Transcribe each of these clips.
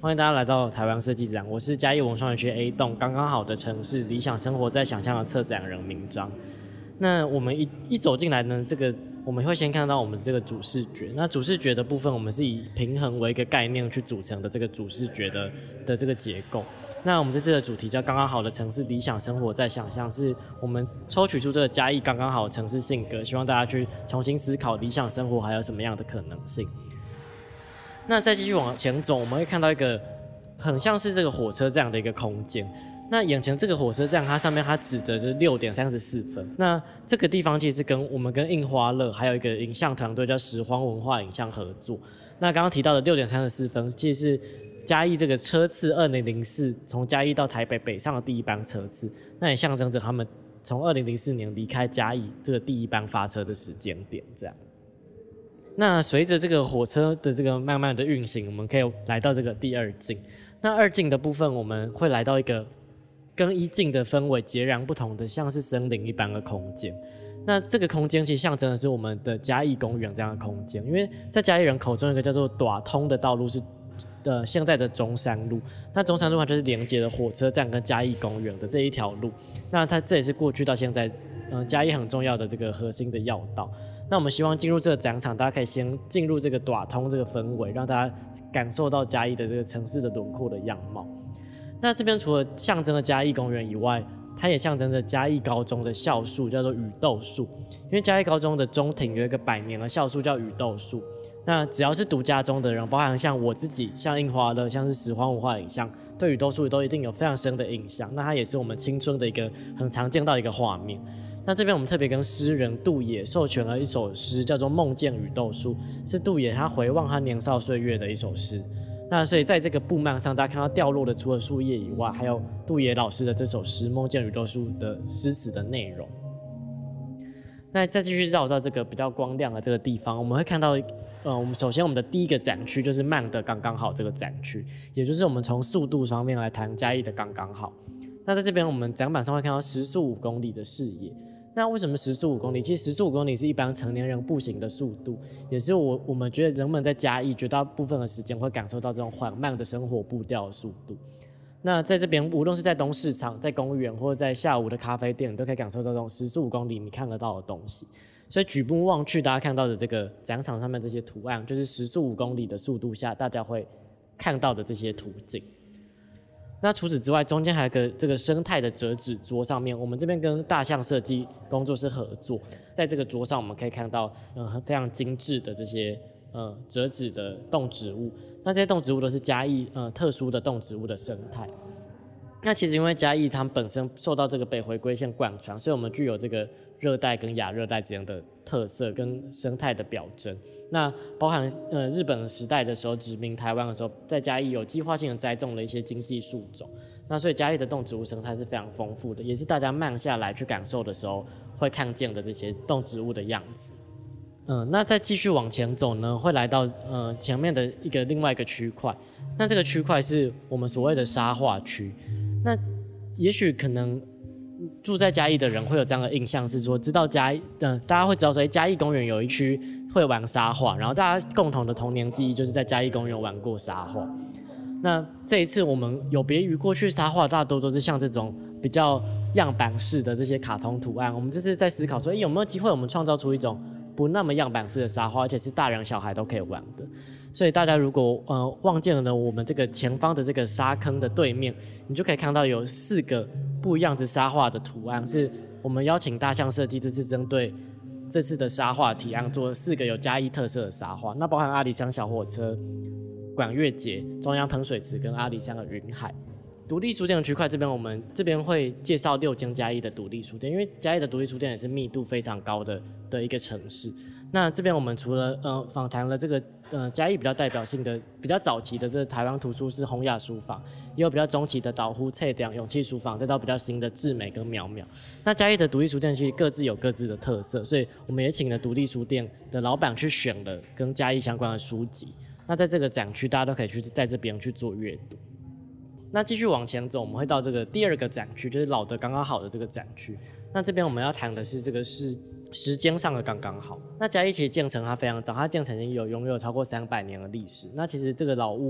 欢迎大家来到台湾设计展，我是嘉义文创园区 A 栋刚刚好的城市理想生活在想象的策展人明章。那我们一走进来呢，我们会先看到我们这个主视觉。那主视觉的部分，我们是以平衡为一个概念去组成的这个主视觉的这个结构。那我们这次的主题叫刚刚好的城市理想生活在想象，是我们抽取出这个嘉义刚刚好的城市性格，希望大家去重新思考理想生活还有什么样的可能性。那再继续往前走，我们会看到一个很像是这个火车站的一个空间。那眼前这个火车站，它上面它指的就是6点34分。那这个地方其实是我们跟印花乐还有一个影像团队叫拾荒文化影像合作。那刚刚提到的6点34分，其实是嘉义这个车次2004从嘉义到台北北上的第一班车次，那也象征着他们从2004年离开嘉义这个第一班发车的时间点，这样。那随着这个火车的这个慢慢的运行，我们可以来到这个第二境。那二境的部分，我们会来到一个跟一境的氛围截然不同的，像是森林一般的空间。那这个空间其实象征的是我们的嘉义公园这样的空间，因为在嘉义人口中，有一个叫做大通的道路是现在的中山路。那中山路它就是连接了火车站跟嘉义公园的这一条路。那这也是过去到现在嘉义很重要的这个核心的要道。那我们希望进入这个展场，大家可以先进入这个大通这个氛围，让大家感受到嘉义的这个城市的轮廓的样貌。那这边除了象征了嘉义公园以外，它也象征着嘉义高中的校树，叫做雨豆树。因为嘉义高中的中庭有一个100年的校树叫雨豆树。那只要是读嘉中的人，包含像我自己、像印花乐、像是拾荒文化影像，对雨豆树都一定有非常深的印象。那它也是我们青春的一个很常见到的一个画面。那这边我们特别跟诗人杜野授权了一首诗，叫做《梦见雨豆树》，是杜野他回望他年少岁月的一首诗。那所以在这个布幔上，大家看到掉落的除了树叶以外，还有杜野老师的这首诗《梦见雨豆树》的诗词的内容。那再继续绕到这个比较光亮的这个地方，我们会看到我们首先我们的第一个展区就是慢的刚刚好这个展区，也就是我们从速度方面来谈嘉义的刚刚好。那在这边我们展板上会看到时速5公里的视野。那为什么时速5公里？其实时速5公里是一般成年人步行的速度，也是我们觉得人们在嘉义绝大部分的时间会感受到这种缓慢的生活步调的速度。那在这边，无论是在东市场、在公园或者在下午的咖啡店，你都可以感受到这种时速5公里你看得到的东西。所以举目望去，大家看到的这个展场上面这些图案，就是时速5公里的速度下大家会看到的这些图景。那除此之外，中间还有个这个生态的折纸桌上面，我们这边跟大象设计工作室合作，在这个桌上我们可以看到非常精致的这些折纸的动植物。那这些动植物都是嘉义特殊的动植物的生态。那其实因为嘉义它们本身受到这个北回归线贯穿，所以我们具有这个热带跟亚热带之间的特色跟生态的表征。那包含日本时代的时候殖民台湾的时候，在嘉义有计划性的栽种了一些经济树种。那所以嘉义的动植物生态是非常丰富的，也是大家慢下来去感受的时候会看见的这些动植物的样子。那再继续往前走呢，会来到前面的另外一个区块。那这个区块是我们所谓的沙化区。那也许可能住在嘉义的人会有这样的印象，是说知道大家会知道说，嘉义公园有一区会玩沙画，然后大家共同的童年记忆就是在嘉义公园玩过沙画。那这一次我们有别于过去沙画大多都是像这种比较样板式的这些卡通图案，我们这是在思考说，有没有机会我们创造出一种不那么样板式的沙画，而且是大人小孩都可以玩的。所以大家如果望见了我们这个前方的这个沙坑的对面，你就可以看到有4个不一样子沙画的图案，是我们邀请大象设计这次针对这次的沙画提案做4个有嘉义特色的沙画。那包含阿里山小火车、管乐节、中央喷水池跟阿里山的云海。独立书店的区块这边，我们这边会介绍6间嘉义的独立书店，因为嘉义的独立书店也是密度非常高的一个城市。那这边我们除了访谈了这个嘉义比较代表性的、比较早期的这个台湾图书室洪雅书房，也有比较中期的岛呼册店、勇气书房，再到比较新的智美跟淼淼。那嘉义的独立书店其实各自有各自的特色，所以我们也请了独立书店的老板去选了跟嘉义相关的书籍。那在这个展区，大家都可以去在这边去做阅读。那继续往前走，我们会到这个第2个展区，就是老的刚刚好的这个展区。那这边我们要谈的是这个时间上的刚刚好。那嘉义其实建成它非常早，它建成已经拥有超过300年的历史。那其实这个老屋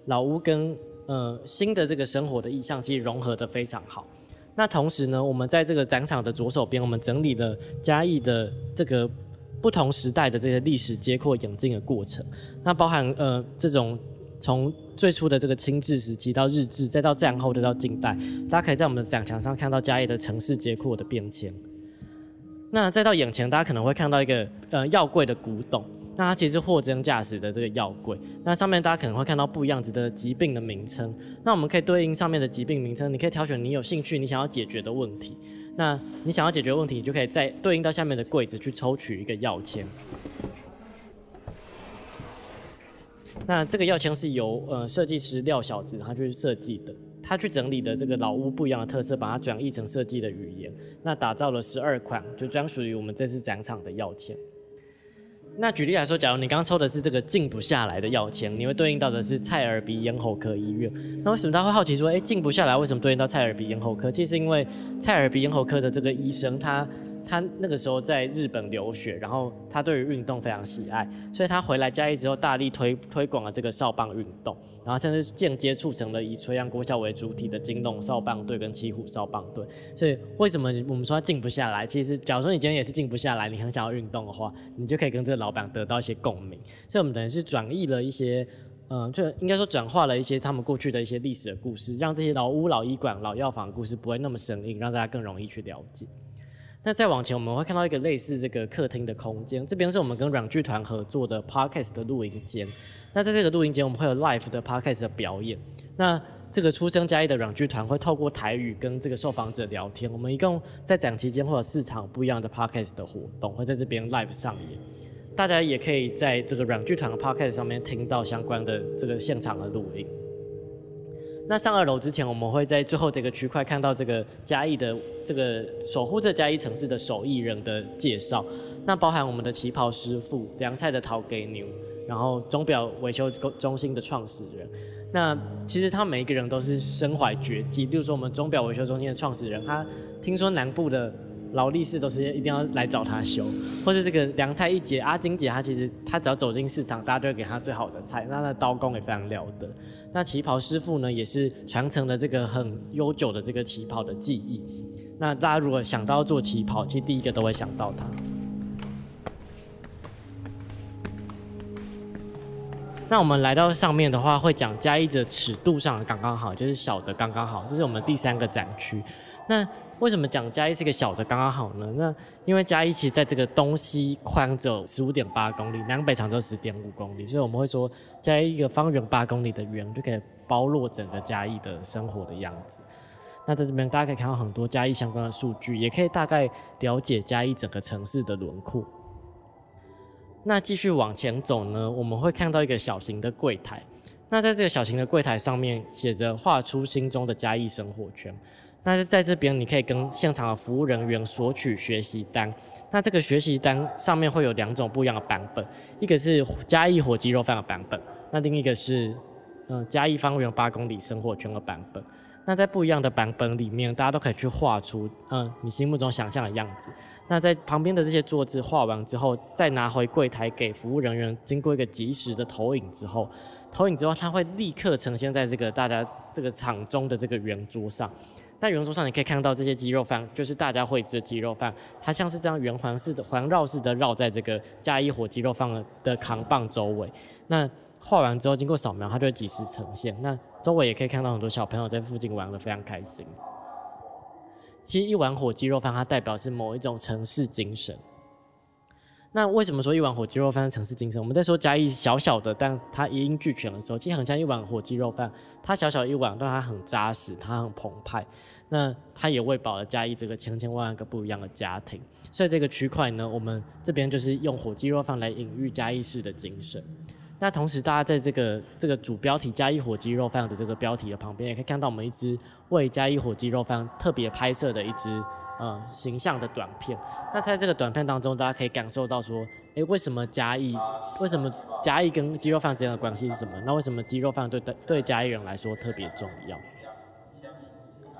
老屋跟新的这个生活的意象其实融合得非常好。那同时呢，我们在这个展场的左手边，我们整理了嘉义的这个不同时代的这些历史街廓演进的过程。那包含这种从最初的这个清治时期到日治，再到战后，再到近代，大家可以在我们的展墙上看到嘉义的城市街廓的变迁。那再到眼前，大家可能会看到一个药柜的古董，那它其实是货真价实的这个药柜。那上面大家可能会看到不一样子的疾病的名称，那我们可以对应上面的疾病名称，你可以挑选你有兴趣、你想要解决的问题。那你想要解决的问题，你就可以再对应到下面的柜子去抽取一个药签。那这个药签是由设计师廖小子他去设计的。他去整理的这个老屋不一样的特色，把它转译成设计的语言，那打造了12款，就专属于我们这次展场的药签。那举例来说，假如你刚抽的是这个静不下来的药签，你会对应到的是蔡耳鼻咽喉科医院。那为什么大家会好奇说，静不下来为什么对应到蔡耳鼻咽喉科？其实是因为蔡耳鼻咽喉科的这个医生他那个时候在日本留学，然后他对于运动非常喜爱，所以他回来嘉义之后大力推广了这个少棒运动，然后甚至间接促成了以垂杨国小为主体的金龙少棒队跟七虎少棒队。所以为什么我们说他静不下来？其实假如说你今天也是静不下来，你很想要运动的话，你就可以跟这个老板得到一些共鸣。所以我们等于是转译了一些就应该说转化了一些他们过去的一些历史的故事，让这些老屋、老医馆、老药房的故事不会那么生硬，让大家更容易去了解。那再往前，我们会看到一个类似这个客厅的空间，这边是我们跟软剧团合作的 Podcast 的录音间。那在这个录音间，我们会有 live 的 Podcast 的表演。那这个出生嘉义的软剧团会透过台语跟这个受访者聊天。我们一共在展期间会有4场不一样的 Podcast 的活动，会在这边 live 上演。大家也可以在这个软剧团的 Podcast 上面听到相关的这个现场的录音。那上2楼之前，我们会在最后这个区块看到这个嘉义的这个守护着嘉义城市的手艺人的介绍。那包含我们的旗袍师傅、凉菜的陶给牛，然后钟表维修中心的创始人。那其实他每一个人都是身怀绝技，例如说我们钟表维修中心的创始人，他听说南部的劳力士都是一定要来找他修，或是这个凉菜一姐阿金姐，她其实她只要走进市场，大家就会给她最好的菜，那她的刀工也非常了得。那旗袍师傅呢，也是传承了这个很悠久的这个旗袍的技艺。那大家如果想到做旗袍，其实第一个都会想到他。那我们来到上面的话，会讲嘉义的尺度上的刚刚好，就是小的刚刚好，这是我们第3个展区。那为什么讲嘉义是个小的刚刚好呢？那因为嘉义其实在这个东西宽只有15.8公里，南北长只有10.5公里，所以我们会说嘉义一个方圆8公里的圆就可以包络整个嘉义的生活的样子。那在这边大家可以看到很多嘉义相关的数据，也可以大概了解嘉义整个城市的轮廓。那继续往前走呢，我们会看到一个小型的柜台。那在这个小型的柜台上面写着画出心中的嘉义生活圈。那在这边你可以跟现场的服务人员索取学习单。那这个学习单上面会有2种不一样的版本，一个是嘉义火鸡肉饭的版本，那另一个是嘉义方圆8公里生活圈的版本。那在不一样的版本里面，大家都可以去画出你心目中想象的样子。那在旁边的这些桌子画完之后，再拿回柜台给服务人员，经过一个即时的投影之后，它会立刻呈现在这个大家这个场中的这个圆桌上。那圆桌上你可以看到这些鸡肉饭，就是大家会吃的鸡肉饭，它像是这样圆环式的、环绕式的绕在这个嘉义火鸡肉饭的扛棒周围。那画完之后，经过扫描，它就会即时呈现。那周围也可以看到很多小朋友在附近玩得非常开心。其实一碗火鸡肉饭，它代表是某一种城市精神。那为什么说一碗火鸡肉饭是城市精神？我们在说嘉义小小的，但它一应俱全的时候，其实很像一碗火鸡肉饭。它小小一碗，但它很扎实，它很澎湃。那它也喂饱了嘉义这个千千万万个不一样的家庭。所以这个区块呢，我们这边就是用火鸡肉饭来隐喻嘉义市的精神。那同时，大家在这个主标题嘉义火鸡肉饭的这个标题的旁边，也可以看到我们一支为嘉义火鸡肉饭特别拍摄的一支形象的短片。那在这个短片当中，大家可以感受到说，为什么嘉义跟鸡肉饭之间的关系是什么？那为什么鸡肉饭对嘉义人来说特别重要？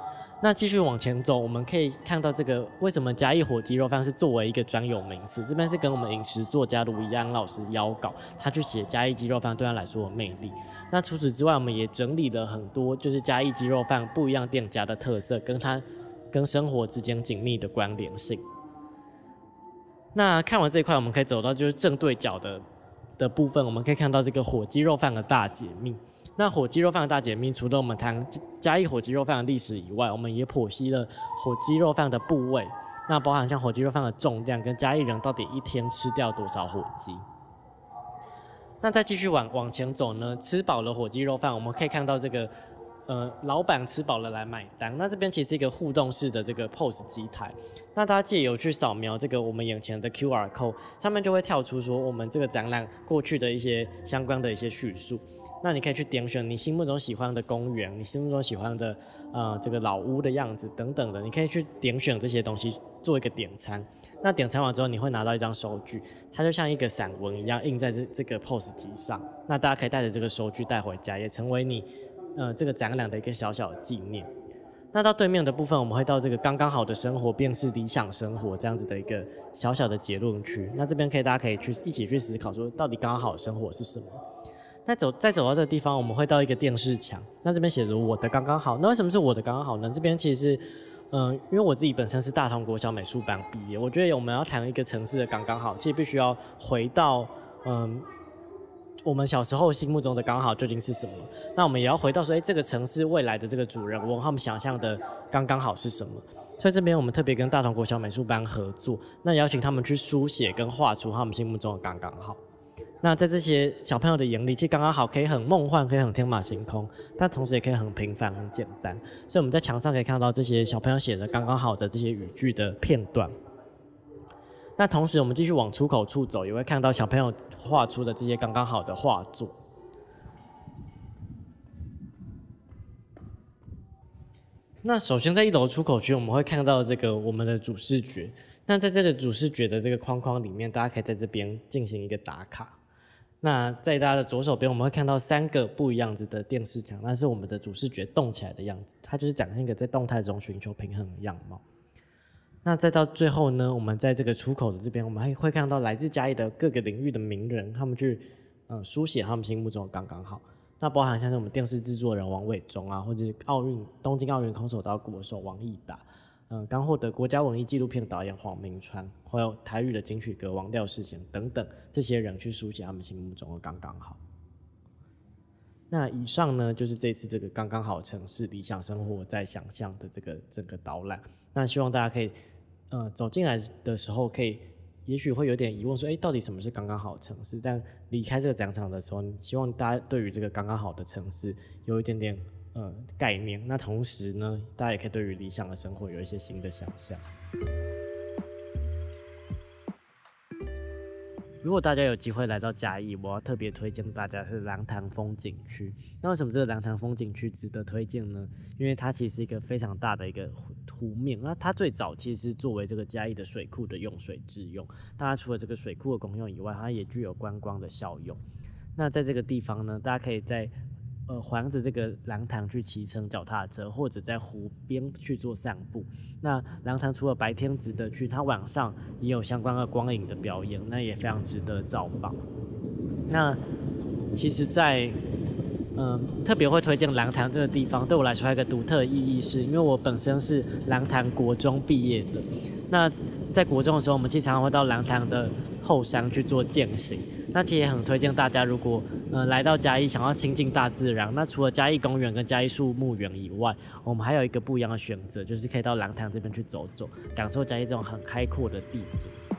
那继续往前走，我们可以看到这个为什么嘉义火鸡肉饭是作为一个专有名词，这边是跟我们饮食作家卢怡安老师邀稿，他去写嘉义鸡肉饭对他来说的魅力。那除此之外，我们也整理了很多就是嘉义鸡肉饭不一样店家的特色，跟它跟生活之间紧密的关联性。那看完这一块，我们可以走到就是正对角的部分，我们可以看到这个火鸡肉饭的大解密。那火鸡肉饭的大解密，除了我们谈嘉义火鸡肉饭的历史以外，我们也剖析了火鸡肉饭的部位，那包含像火鸡肉饭的重量跟嘉义人到底一天吃掉多少火鸡。那再继续往前走呢，吃饱了火鸡肉饭，我们可以看到这个老板吃饱了来买单。那这边其实是一个互动式的这个 POS 机台，那大家借由去扫描这个我们眼前的 QR code， 上面就会跳出说我们这个展览过去的一些相关的一些叙述。那你可以去点选你心目中喜欢的公园，你心目中喜欢的这个老屋的样子等等的，你可以去点选这些东西做一个点餐。那点餐完之后，你会拿到一张收据，它就像一个散文一样印在这个 POS 机上。那大家可以带着这个收据带回家，也成为你这个展览的一个小小的纪念。那到对面的部分，我们会到这个刚刚好的生活便是理想生活这样子的一个小小的结论区。那这边大家可以一起去思考说，到底刚刚好的生活是什么？那再走到这个地方，我们会到一个电视墙，那这边写着我的刚刚好。那为什么是我的刚刚好呢？这边其实是，因为我自己本身是大同国小美术班毕业，我觉得我们要谈一个城市的刚刚好，其实必须要回到，我们小时候心目中的刚好究竟是什么？那我们也要回到说，这个城市未来的这个主人翁，他们想象的刚刚好是什么？所以这边我们特别跟大同国小美术班合作，那邀请他们去书写跟画出他们心目中的刚刚好。那在这些小朋友的眼里，其实刚刚好可以很梦幻，可以很天马行空，但同时也可以很平凡、很简单。所以我们在墙上可以看到这些小朋友写的刚刚好的这些语句的片段。那同时我们继续往出口处走，也会看到小朋友画出的这些刚刚好的画作。那首先在1楼出口区，我们会看到这个我们的主视觉。那在这个主视觉的这个框框里面，大家可以在这边进行一个打卡。那在大家的左手边，我们会看到3个不一样子的电视墙，那是我们的主视觉动起来的样子，它就是展现一个在动态中寻求平衡的样貌。那再到最后呢，我们在这个出口的这边，我们还会看到来自嘉义的各个领域的名人，他们去书写他们心目中的刚刚好。那包含像是我们电视制作人王伟忠啊，或者东京奥运空手道国手王义达，刚获得国家文艺纪录片导演黄明川，还有台语的金曲歌王廖世贤等等，这些人去书写他们心目中的刚刚好。那以上呢，就是这次这个刚刚好城市理想生活在想象的这个整个导览。那希望大家可以，走进来的时候，也许会有点疑问说，到底什么是刚刚好的城市？但离开这个展场的时候，希望大家对于这个刚刚好的城市有一点点概念。那同时呢，大家也可以对于理想的生活有一些新的想象。如果大家有机会来到嘉义，我要特别推荐大家是狼潭风景区。那为什么这个狼潭风景区值得推荐呢？因为它其实是一个非常大的一个湖面，那它最早其实是作为这个嘉义的水库的用水之用。当然除了这个水库的功用以外，它也具有观光的效用。那在这个地方呢，大家可以在环着这个狼潭去骑乘脚踏车，或者在湖边去做散步。那狼潭除了白天值得去，它晚上也有相关的光影的表演，那也非常值得造访。那其实在特别会推荐狼潭这个地方，对我来说还有一个独特的意义，是因为我本身是狼潭国中毕业的。那在国中的时候，我们经常会到狼潭的后山去做健行。那其实也很推荐大家，如果来到嘉义想要亲近大自然，那除了嘉义公园跟嘉义树木园以外，我们还有一个不一样的选择，就是可以到狼潭这边去走走，感受嘉义这种很开阔的地景。